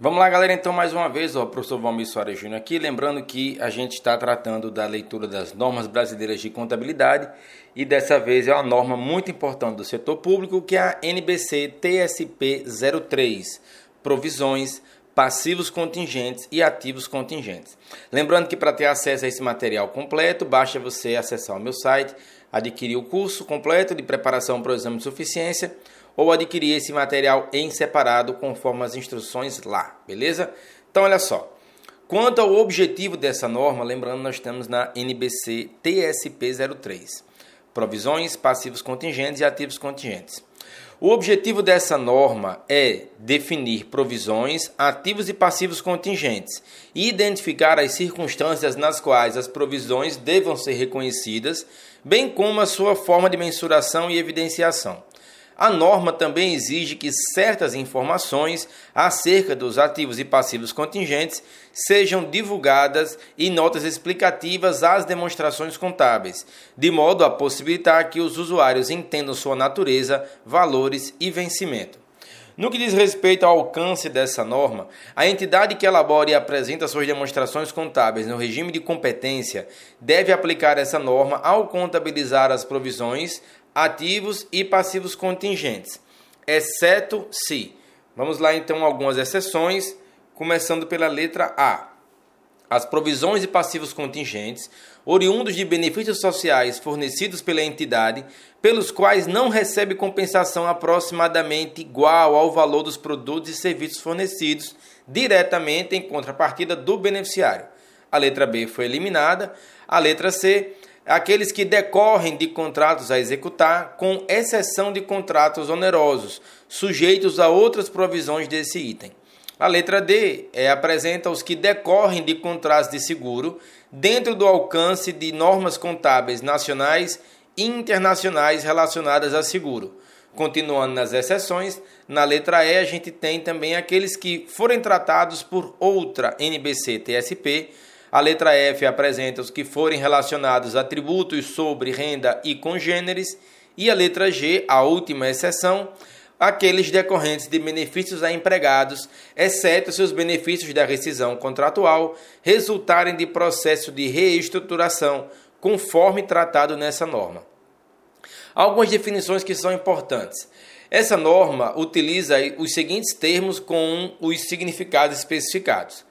Vamos lá, galera, então mais uma vez, o professor Valmir Soares Júnior aqui, lembrando que a gente está tratando da leitura das normas brasileiras de contabilidade e dessa vez é uma norma muito importante do setor público, que é a NBC TSP 03, provisões, passivos contingentes e ativos contingentes. Lembrando que para ter acesso a esse material completo, basta você acessar o meu site, adquirir o curso completo de preparação para o exame de suficiência, ou adquirir esse material em separado conforme as instruções lá, beleza? Então, olha só. Quanto ao objetivo dessa norma, lembrando, nós estamos na NBC TSP 03. Provisões, passivos contingentes e ativos contingentes. O objetivo dessa norma é definir provisões, ativos e passivos contingentes e identificar as circunstâncias nas quais as provisões devam ser reconhecidas, bem como a sua forma de mensuração e evidenciação. A norma também exige que certas informações acerca dos ativos e passivos contingentes sejam divulgadas e notas explicativas às demonstrações contábeis, de modo a possibilitar que os usuários entendam sua natureza, valores e vencimento. No que diz respeito ao alcance dessa norma, a entidade que elabora e apresenta suas demonstrações contábeis no regime de competência deve aplicar essa norma ao contabilizar as provisões, ativos e passivos contingentes, exceto se... Vamos lá então algumas exceções, começando pela letra A. As provisões e passivos contingentes, oriundos de benefícios sociais fornecidos pela entidade, pelos quais não recebe compensação aproximadamente igual ao valor dos produtos e serviços fornecidos diretamente em contrapartida do beneficiário. A letra B foi eliminada. A letra C, aqueles que decorrem de contratos a executar, com exceção de contratos onerosos, sujeitos a outras provisões desse item. A letra D apresenta os que decorrem de contratos de seguro, dentro do alcance de normas contábeis nacionais e internacionais relacionadas a seguro. Continuando nas exceções, na letra E a gente tem também aqueles que forem tratados por outra NBC-TSP. A letra F apresenta os que forem relacionados a tributos sobre renda e congêneres. E a letra G, a última exceção, aqueles decorrentes de benefícios a empregados, exceto se os benefícios da rescisão contratual resultarem de processo de reestruturação, conforme tratado nessa norma. Algumas definições que são importantes. Essa norma utiliza os seguintes termos com os significados especificados.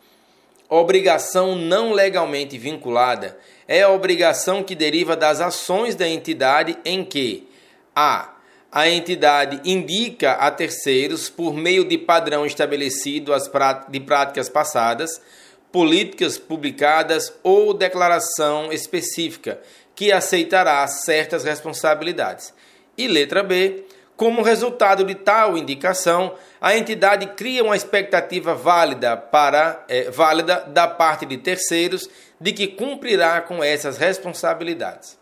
Obrigação não legalmente vinculada é a obrigação que deriva das ações da entidade em que a entidade indica a terceiros, por meio de padrão estabelecido de práticas passadas, políticas publicadas ou declaração específica, que aceitará certas responsabilidades. E letra B, como resultado de tal indicação, a entidade cria uma expectativa válida da parte de terceiros de que cumprirá com essas responsabilidades.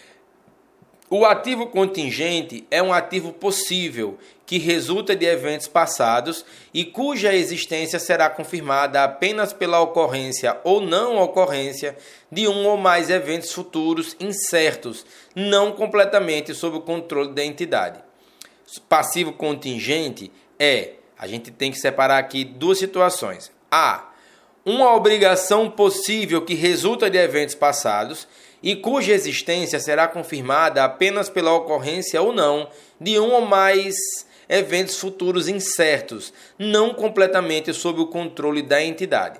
O ativo contingente é um ativo possível que resulta de eventos passados e cuja existência será confirmada apenas pela ocorrência ou não ocorrência de um ou mais eventos futuros incertos, não completamente sob o controle da entidade. Passivo contingente a gente tem que separar aqui duas situações. Uma obrigação possível que resulta de eventos passados e cuja existência será confirmada apenas pela ocorrência ou não de um ou mais eventos futuros incertos, não completamente sob o controle da entidade.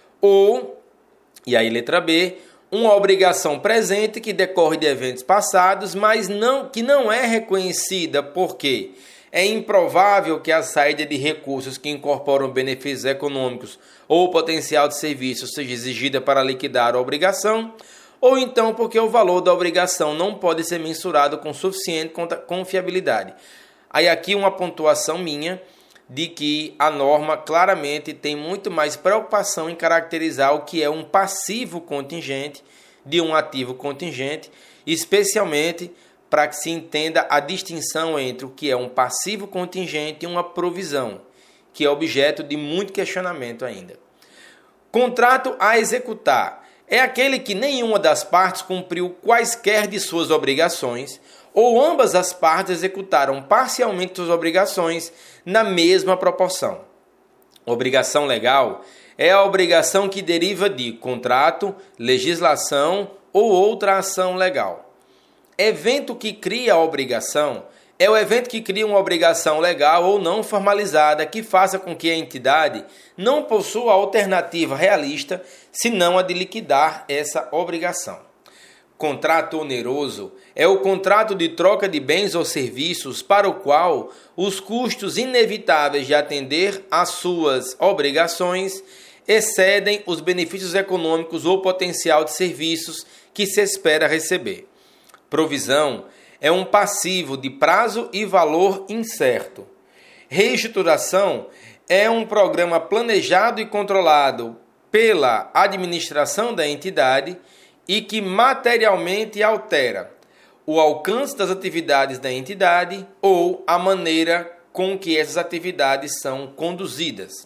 E aí letra B, uma obrigação presente que decorre de eventos passados, mas que não é reconhecida porque é improvável que a saída de recursos que incorporam benefícios econômicos ou potencial de serviço seja exigida para liquidar a obrigação, ou então porque o valor da obrigação não pode ser mensurado com suficiente confiabilidade. Aí aqui uma pontuação minha de que a norma claramente tem muito mais preocupação em caracterizar o que é um passivo contingente de um ativo contingente, especialmente para que se entenda a distinção entre o que é um passivo contingente e uma provisão, que é objeto de muito questionamento ainda. Contrato a executar é aquele que nenhuma das partes cumpriu quaisquer de suas obrigações ou ambas as partes executaram parcialmente suas obrigações na mesma proporção. Obrigação legal é a obrigação que deriva de contrato, legislação ou outra ação legal. Evento que cria a obrigação é o evento que cria uma obrigação legal ou não formalizada que faça com que a entidade não possua alternativa realista senão a de liquidar essa obrigação. Contrato oneroso é o contrato de troca de bens ou serviços para o qual os custos inevitáveis de atender às suas obrigações excedem os benefícios econômicos ou potencial de serviços que se espera receber. Provisão é um passivo de prazo e valor incerto. Reestruturação é um programa planejado e controlado pela administração da entidade e que materialmente altera o alcance das atividades da entidade ou a maneira com que essas atividades são conduzidas.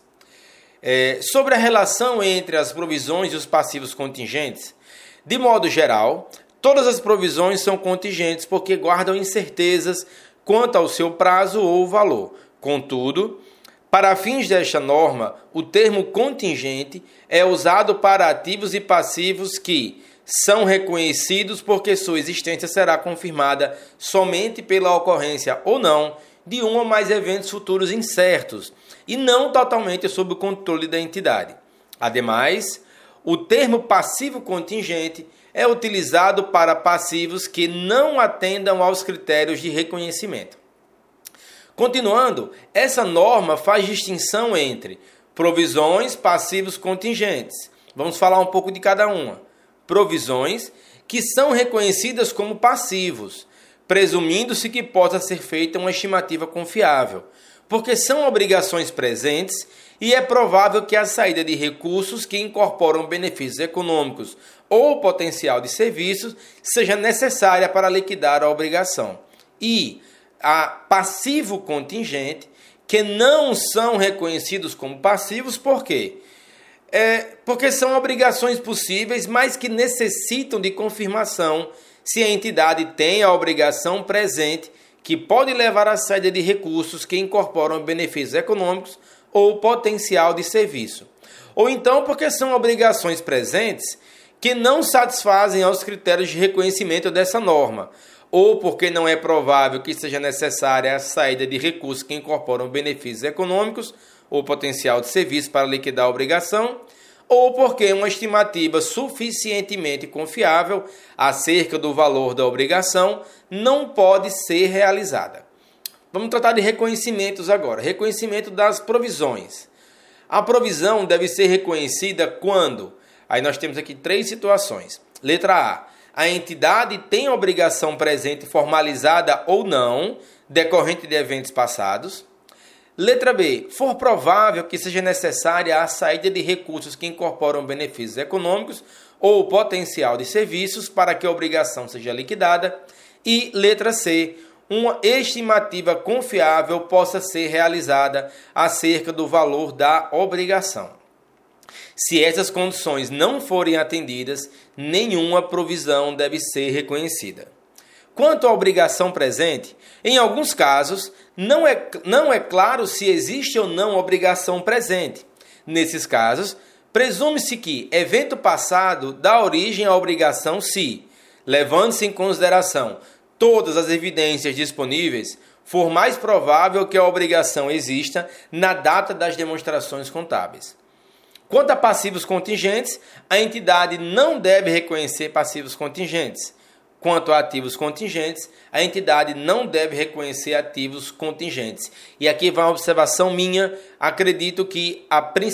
Sobre a relação entre as provisões e os passivos contingentes, de modo geral, todas as provisões são contingentes porque guardam incertezas quanto ao seu prazo ou valor. Contudo, para fins desta norma, o termo contingente é usado para ativos e passivos que são reconhecidos porque sua existência será confirmada somente pela ocorrência ou não de um ou mais eventos futuros incertos e não totalmente sob o controle da entidade. Ademais, o termo passivo contingente é utilizado para passivos que não atendam aos critérios de reconhecimento. Continuando, essa norma faz distinção entre provisões, passivos contingentes. Vamos falar um pouco de cada uma. Provisões que são reconhecidas como passivos, presumindo-se que possa ser feita uma estimativa confiável, porque são obrigações presentes e é provável que a saída de recursos que incorporam benefícios econômicos ou potencial de serviços seja necessária para liquidar a obrigação. E a passivo contingente, que não são reconhecidos como passivos, por quê? Porque são obrigações possíveis, mas que necessitam de confirmação se a entidade tem a obrigação presente que pode levar à saída de recursos que incorporam benefícios econômicos ou potencial de serviço. Ou então porque são obrigações presentes que não satisfazem aos critérios de reconhecimento dessa norma, ou porque não é provável que seja necessária a saída de recursos que incorporam benefícios econômicos ou potencial de serviço para liquidar a obrigação, ou porque uma estimativa suficientemente confiável acerca do valor da obrigação não pode ser realizada. Vamos tratar de reconhecimentos agora. Reconhecimento das provisões. A provisão deve ser reconhecida quando? Aí nós temos aqui 3 situações. Letra A. A entidade tem obrigação presente formalizada ou não, decorrente de eventos passados. Letra B. For provável que seja necessária a saída de recursos que incorporam benefícios econômicos ou potencial de serviços para que a obrigação seja liquidada. E letra C. Uma estimativa confiável possa ser realizada acerca do valor da obrigação. Se essas condições não forem atendidas, nenhuma provisão deve ser reconhecida. Quanto à obrigação presente, em alguns casos, não é claro se existe ou não obrigação presente. Nesses casos, presume-se que evento passado dá origem à obrigação se, levando-se em consideração todas as evidências disponíveis, for mais provável que a obrigação exista na data das demonstrações contábeis. Quanto a passivos contingentes, a entidade não deve reconhecer passivos contingentes. Quanto a ativos contingentes, a entidade não deve reconhecer ativos contingentes. E aqui vai uma observação minha. Acredito que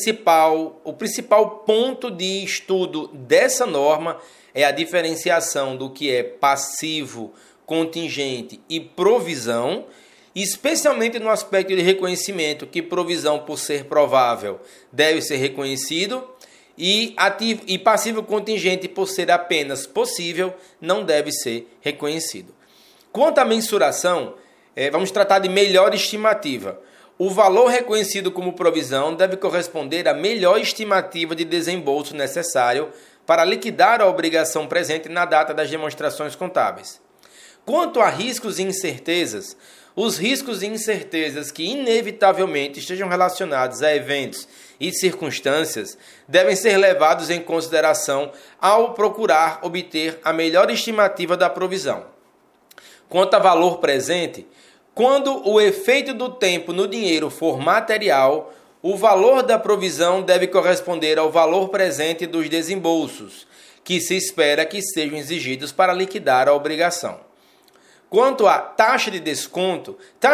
o principal ponto de estudo dessa norma é a diferenciação do que é passivo, contingente e provisão, especialmente no aspecto de reconhecimento, que provisão, por ser provável, deve ser reconhecido, e ativo e passivo contingente, por ser apenas possível, não deve ser reconhecido. Quanto à mensuração, vamos tratar de melhor estimativa. O valor reconhecido como provisão deve corresponder à melhor estimativa de desembolso necessário para liquidar a obrigação presente na data das demonstrações contábeis. Quanto a riscos e incertezas, os riscos e incertezas que inevitavelmente estejam relacionados a eventos e circunstâncias devem ser levados em consideração ao procurar obter a melhor estimativa da provisão. Quanto a valor presente, quando o efeito do tempo no dinheiro for material, o valor da provisão deve corresponder ao valor presente dos desembolsos, que se espera que sejam exigidos para liquidar a obrigação. Quanto à taxa de desconto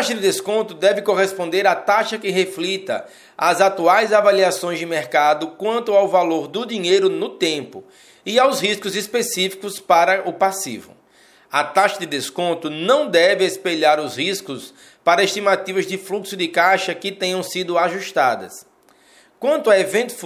deve corresponder à taxa que reflita as atuais avaliações de mercado quanto ao valor do dinheiro no tempo e aos riscos específicos para o passivo. A taxa de desconto não deve espelhar os riscos para estimativas de fluxo de caixa que tenham sido ajustadas. Quanto a eventos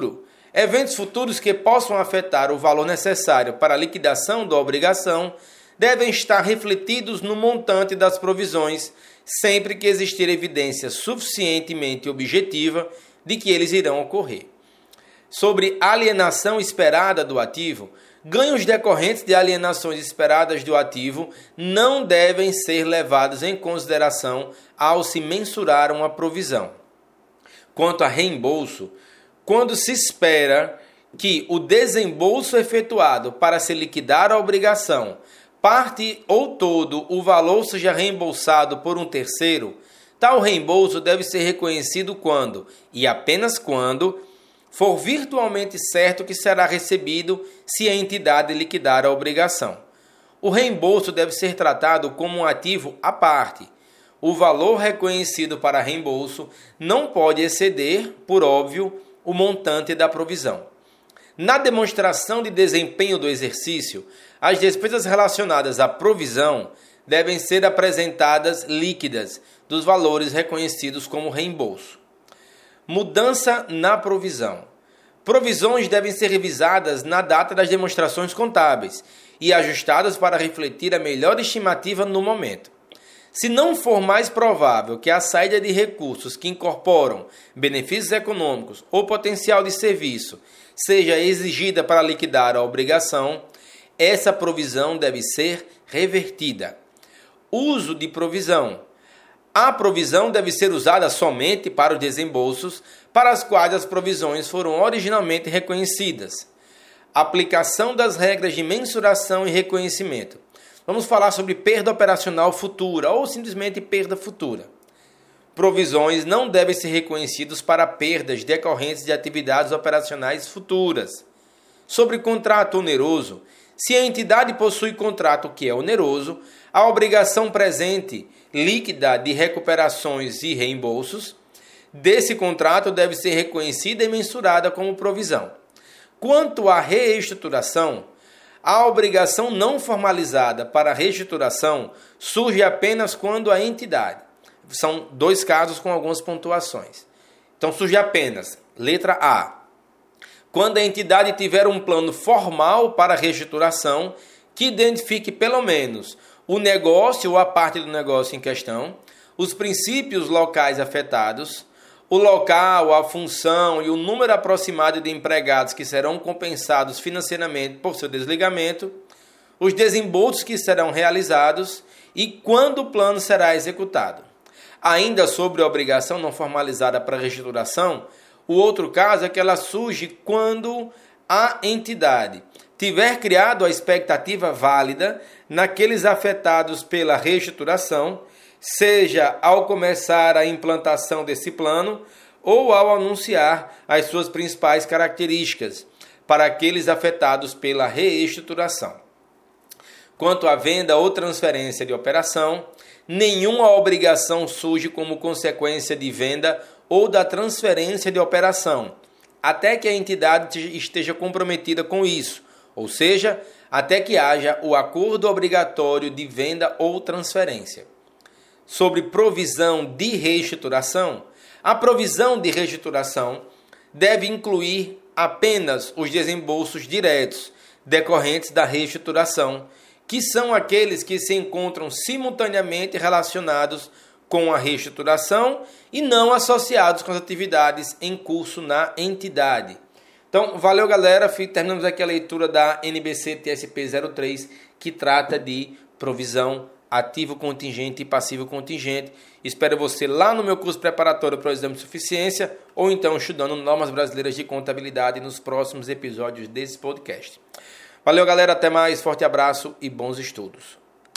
futuros que possam afetar o valor necessário para a liquidação da obrigação devem estar refletidos no montante das provisões, sempre que existir evidência suficientemente objetiva de que eles irão ocorrer. Sobre alienação esperada do ativo, ganhos decorrentes de alienações esperadas do ativo não devem ser levados em consideração ao se mensurar uma provisão. Quanto a reembolso, quando se espera que o desembolso efetuado para se liquidar a obrigação, parte ou todo o valor seja reembolsado por um terceiro, tal reembolso deve ser reconhecido quando, e apenas quando, for virtualmente certo que será recebido se a entidade liquidar a obrigação. O reembolso deve ser tratado como um ativo à parte. O valor reconhecido para reembolso não pode exceder, por óbvio, o montante da provisão. Na demonstração de desempenho do exercício, as despesas relacionadas à provisão devem ser apresentadas líquidas dos valores reconhecidos como reembolso. Mudança na provisão. Provisões devem ser revisadas na data das demonstrações contábeis e ajustadas para refletir a melhor estimativa no momento. Se não for mais provável que a saída de recursos que incorporam benefícios econômicos ou potencial de serviço seja exigida para liquidar a obrigação, essa provisão deve ser revertida. Uso de provisão. A provisão deve ser usada somente para os desembolsos para os quais as provisões foram originalmente reconhecidas. Aplicação das regras de mensuração e reconhecimento. Vamos falar sobre perda operacional futura ou simplesmente perda futura. Provisões não devem ser reconhecidas para perdas decorrentes de atividades operacionais futuras. Sobre contrato oneroso, se a entidade possui contrato que é oneroso, a obrigação presente líquida de recuperações e reembolsos desse contrato deve ser reconhecida e mensurada como provisão. Quanto à reestruturação, a obrigação não formalizada para reestruturação surge apenas quando a entidade. São dois casos com algumas pontuações. Então surge apenas, letra A, quando a entidade tiver um plano formal para reestruturação que identifique pelo menos o negócio ou a parte do negócio em questão, os princípios locais afetados, o local, a função e o número aproximado de empregados que serão compensados financeiramente por seu desligamento, os desembolsos que serão realizados e quando o plano será executado. Ainda sobre a obrigação não formalizada para reestruturação, o outro caso é que ela surge quando a entidade tiver criado a expectativa válida naqueles afetados pela reestruturação, seja ao começar a implantação desse plano ou ao anunciar as suas principais características para aqueles afetados pela reestruturação. Quanto à venda ou transferência de operação, nenhuma obrigação surge como consequência de venda ou da transferência de operação, até que a entidade esteja comprometida com isso, ou seja, até que haja o acordo obrigatório de venda ou transferência. Sobre provisão de reestruturação, a provisão de reestruturação deve incluir apenas os desembolsos diretos decorrentes da reestruturação, que são aqueles que se encontram simultaneamente relacionados com a reestruturação e não associados com as atividades em curso na entidade. Então, valeu galera, terminamos aqui a leitura da NBC TSP 03, que trata de provisão, ativo contingente e passivo contingente. Espero você lá no meu curso preparatório para o exame de suficiência ou então estudando normas brasileiras de contabilidade nos próximos episódios desse podcast. Valeu, galera. Até mais. Forte abraço e bons estudos.